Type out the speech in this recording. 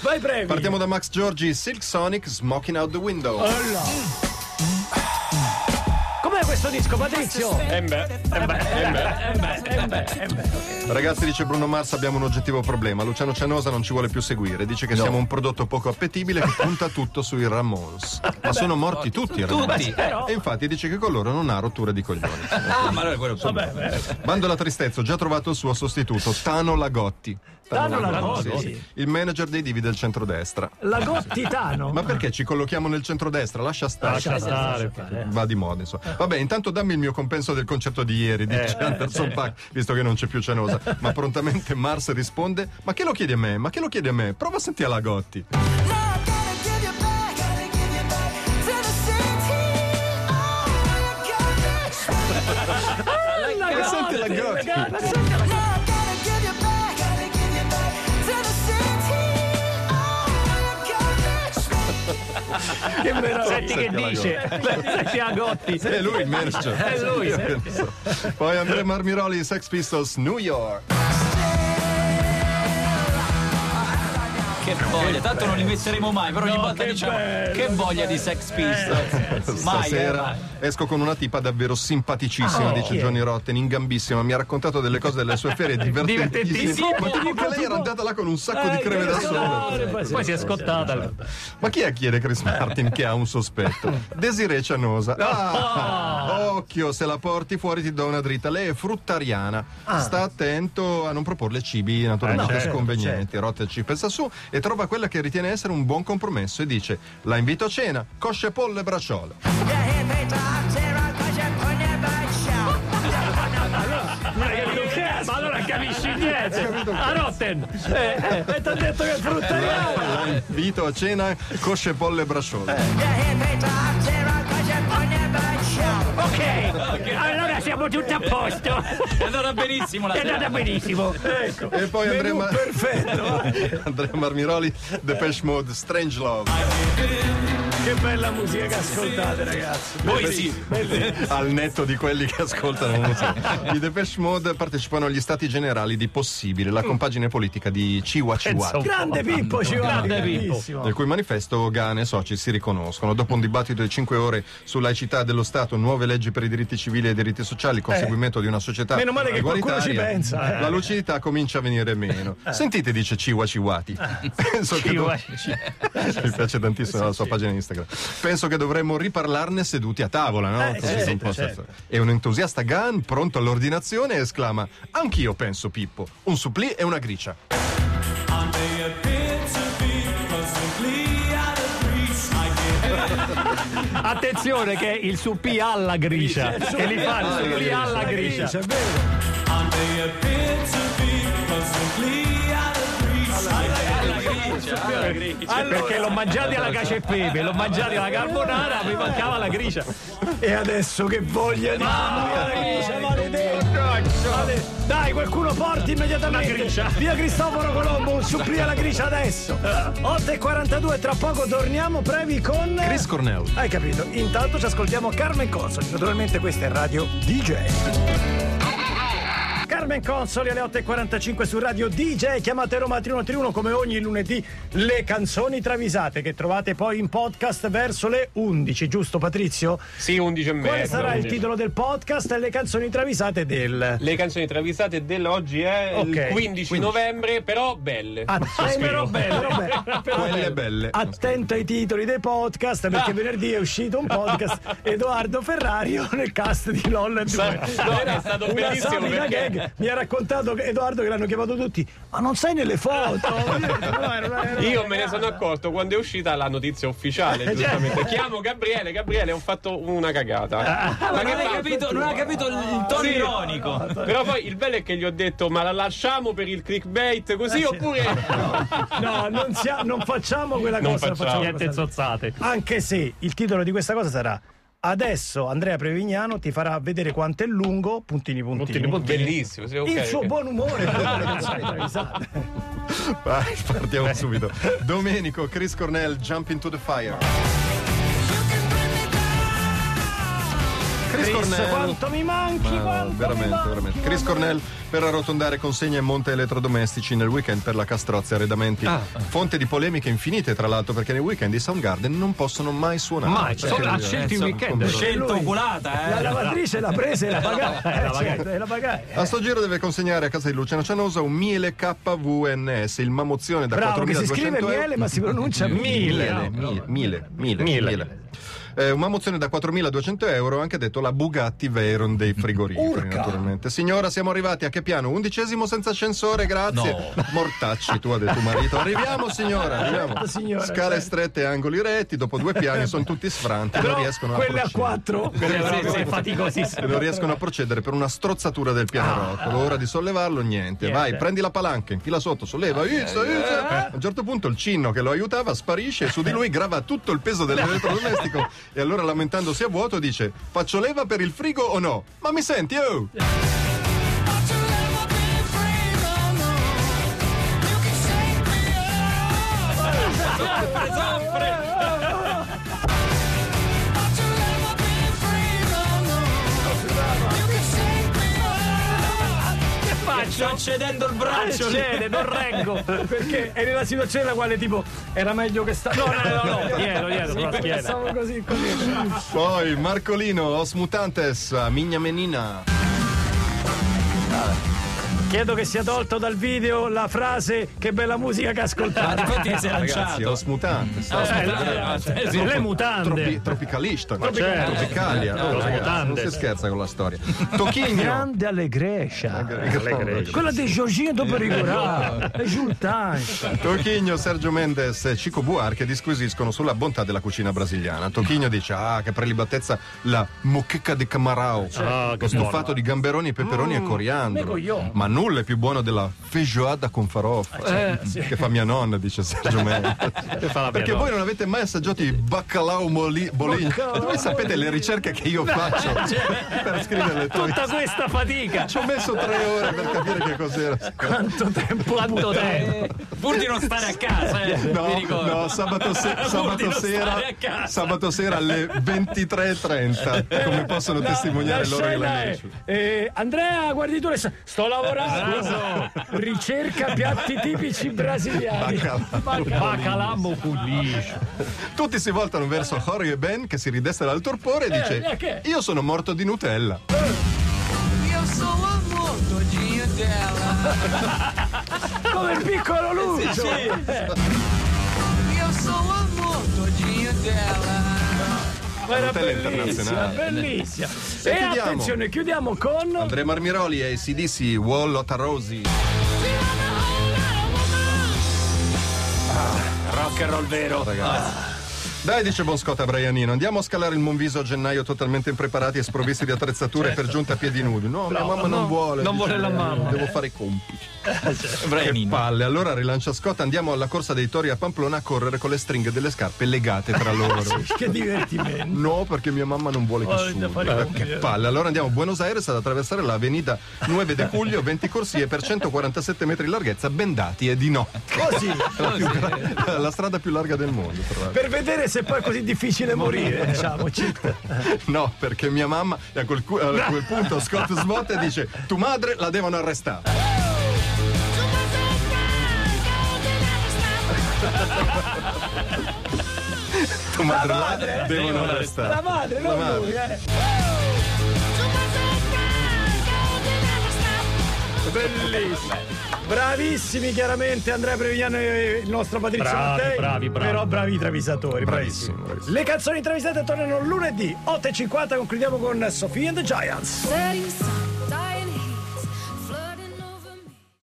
Vai premi. Partiamo da Max Giorgi, Silk Sonic, Smoking Out the Window. Com'è questo disco, Patrizio? Ragazzi, dice Bruno Mars, abbiamo un oggettivo problema. Luciano Cianosa non ci vuole più seguire. Dice che siamo un prodotto poco appetibile che punta tutto sui Ramones. Ma sono morti tutti i Ramones. E infatti dice che con loro non ha rotture di coglioni. Ma allora quello Bando alla tristezza, ho già trovato il suo sostituto, Tano Lagotti. Tano Lagotti? Sì. Il manager dei divi del centrodestra. Lagotti Tano? Ma perché ci collochiamo nel centrodestra? Lascia stare. stare. Va di moda, insomma. Vabbè, intanto dammi il mio compenso del concerto di ieri, dice Anderson Paak, visto che non c'è più Cianosa. Ma prontamente Mars risponde: ma che lo chiedi a me? Ma che lo chiedi a me? Prova a sentire Lagotti. Senti Lagotti. Che meraviglia. Senti che dice. Senti Lagotti. È lui il manager. È lui. Poi Andrea Marmiroli, Sex Pistols, New York. Che voglia, tanto non li metteremo mai, però ogni volta diciamo che voglia di Sex Pistols. Stasera esco con una tipa davvero simpaticissima, dice Johnny Rotten, in gambissima, mi ha raccontato delle cose delle sue ferie divertentissime. Ma tipo che lei era andata là con un sacco di creme da sole. Poi si è scottata. Ma chi è a chiedere Chris Martin che ha un sospetto? Desiree Cianosa. Occhio, se la porti fuori ti do una dritta. Lei è fruttariana. Sta attento a non proporle cibi naturalmente sconvenienti. Rotten ci pensa su e trova quella che ritiene essere un buon compromesso e dice: la invito a cena, cosce, pollo e braciole. Ma allora capisci niente. A Rotten. E ti ha detto che è fruttariano. La invito a cena, cosce, pollo e braciole. Ok, allora siamo tutti a posto. È andata benissimo la È sera. andata benissimo. Ecco. E poi Perfetto. Andrea Marmiroli, Depeche Mode, Strange Love. Che bella musica che ascoltate, ragazzi. Voi sì. Al netto di quelli che ascoltano musica. I Depeche Mode partecipano agli stati generali di Possibile, la compagine politica di Ciwa Ciwa, Grande Pippo ci va. Grande Pippo. nel cui manifesto Gane e soci si riconoscono. Dopo un dibattito di 5 ore su laicità dello Stato, nuove leggi per i diritti civili e i diritti sociali, il conseguimento di una società Meno male che qualcuno ci pensa. la lucidità comincia a venire meno. Sentite, dice Ciwa Ciwati. Penso che mi piace tantissimo la sua pagina Instagram. Penso che dovremmo riparlarne seduti a tavola, no? Così un po' E un entusiasta Gan, pronto all'ordinazione, esclama: anch'io penso, Pippo, un supplì e una gricia. Attenzione che il supplì alla gricia. Che li fa il supplì alla gricia. È vero. Perché l'ho mangiati alla cacio e pepe, l'ho mangiati alla carbonara, mi mancava la gricia. E adesso che voglia di la gricia, maledetto! Dai, qualcuno porti immediatamente via Cristoforo Colombo, un supplì alla gricia adesso. 8:42, tra poco torniamo brevi con Chris Cornell. Hai capito? Intanto ci ascoltiamo Carmen Consoli. Naturalmente questa è Radio DJ. Carmen Consoli alle 8:45 su Radio DJ. Chiamate Roma 3131 come ogni lunedì. Le canzoni travisate che trovate poi in podcast verso le 11, giusto Patrizio? Sì, 11:30. Quale sarà il titolo del podcast e le canzoni travisate del... Le canzoni travisate dell'oggi è il 15 novembre, però belle. Però belle. Quelle belle. Attento ai titoli dei podcast, perché venerdì è uscito un podcast Edoardo Ferrario nel cast di LOL 2. No, è stato bellissimo perché gag. Mi ha raccontato Edoardo che l'hanno chiamato tutti, ma non sei nelle foto. io me ne sono accorto quando è uscita la notizia ufficiale, giustamente. Chiamo Gabriele, ho fatto una cagata. Ma non ha capito il tono ironico. Però poi il bello è che gli ho detto: ma la lasciamo per il clickbait così oppure no, non facciamo quella cosa, non facciamo niente zozzate. Anche se il titolo di questa cosa sarà: adesso Andrea Prevignano ti farà vedere quanto è lungo, puntini. Bellissimo, sì, okay, il suo buon umore. Vai, partiamo subito. Domenico, Chris Cornell, Jump into the Fire. Chris Cornell. Quanto mi manchi, veramente. Chris Cornell per arrotondare consegne e monte elettrodomestici nel weekend per la Castrozzi Arredamenti. Fonte di polemiche infinite, tra l'altro, perché nei weekend i Soundgarden non possono mai suonare. Mai, ha scelto il weekend. Scelta oculata, La lavatrice l'ha presa e l'ha pagata. A sto giro deve consegnare a casa di Luciano Cianosa un Miele KVNS, il mamozione da 4.200 che si scrive euro. miele ma si pronuncia Mille. Una mozione da 4.200 euro, anche detto la Bugatti Veyron dei frigoriferi, naturalmente. Signora, siamo arrivati a che piano? 11° senza ascensore, grazie. No. Mortacci, tu ha detto marito. Arriviamo, signora, arriviamo. Signora, Scale strette e angoli retti, dopo 2 piani sono tutti sfranti, Però non riescono a quelle a procedere. 4 Sì, faticosissimo. Non riescono a procedere per una strozzatura del pianerottolo. Ora di sollevarlo, niente. Vai, prendi la palanca, infila sotto, solleva. A un certo punto il cinno che lo aiutava sparisce e su di lui grava tutto il peso dell'elettrodomestico. E allora, lamentandosi a vuoto, dice: faccio leva per il frigo o no? Ma mi senti, oh? Sto cedendo il braccio. non reggo perché è nella situazione nella quale tipo era meglio che sta dietro sulla schiena. Stavo così. Poi Marcolino, Os Mutantes, Migna Menina. Chiedo che sia tolto dal video la frase "che bella musica che ascoltate". Infatti si è Ragazzi, lanciato. Os Mutantes. Le mutande. Tropicalista, Certo. Tropicalia. Los Ragazzi, non Mutantes. si scherza con la storia. Tocchigno. Grande allegrescia. Quella di Giorgino Perigorà. Esultanza. Tocchigno, Sergio Mendes e Chico Buarque disquisiscono sulla bontà della cucina brasiliana. Tocchigno dice: che prelibatezza la moqueca di camarao, lo stufato di gamberoni, peperoni e coriandolo. Ma nulla è più buono della feijoada con farofa, che fa mia nonna, dice Sergio Mendes. Perché voi non avete mai assaggiato i baccalao boligno? Voi sapete le ricerche che io faccio per scrivere le tue. Tutta questa fatica. Ci ho messo 3 ore per capire che cos'era. Quanto tempo? Pur di non stare a casa, mi ricordo. No, sabato sera alle 23:30, come possono testimoniare loro che l'hanno ricevuto. Andrea, guardi tu, sto lavorando. Ricerca piatti tipici brasiliani. Bacalamo puliscio. Tutti si voltano verso Jorge Ben, che si ridesta dal torpore e dice: io sono morto di Nutella. Io sono morto di Nutella. Come il piccolo Lucio. Io sono morto di Nutella. Ma era Nutella bellissima, internazionale. bellissima. E E chiudiamo. attenzione, chiudiamo con Andrea Marmiroli e AC/DC, Wall Lotta Rosie. rock and roll vero. Ragazzi. Dai, dice Bonscotta Brianino, andiamo a scalare il Monviso a gennaio totalmente impreparati e sprovvisti di attrezzature per giunta a piedi nudi. No, mia mamma non vuole. non vuole la mamma. Devo fare i compiti. Che Brianino. palle. Allora rilancia Scotta, andiamo alla corsa dei tori a Pamplona a correre con le stringhe delle scarpe legate tra loro. Che divertimento. No, perché mia mamma non vuole che suoni. Che palle. Allora andiamo a Buenos Aires ad attraversare la avenida 9 de Julio, 20 corsie per 147 metri di larghezza, bendati e di notte. Così. La strada più larga del mondo, tra l'altro. Per vedere se poi è così difficile morire, diciamoci. No, perché mia mamma, e a quel punto Scott sbotta e dice: tu madre la devono arrestare. Tu madre la devono arrestare. La madre, non La lui, Bellissimo. Bravissimi chiaramente Andrea Prevignano e il nostro Patrizio Mattei. bravi. Però bravi travisatori, bravissimi. Le canzoni travisate tornano lunedì 8:50. Concludiamo con Sophie and the Giants. Said you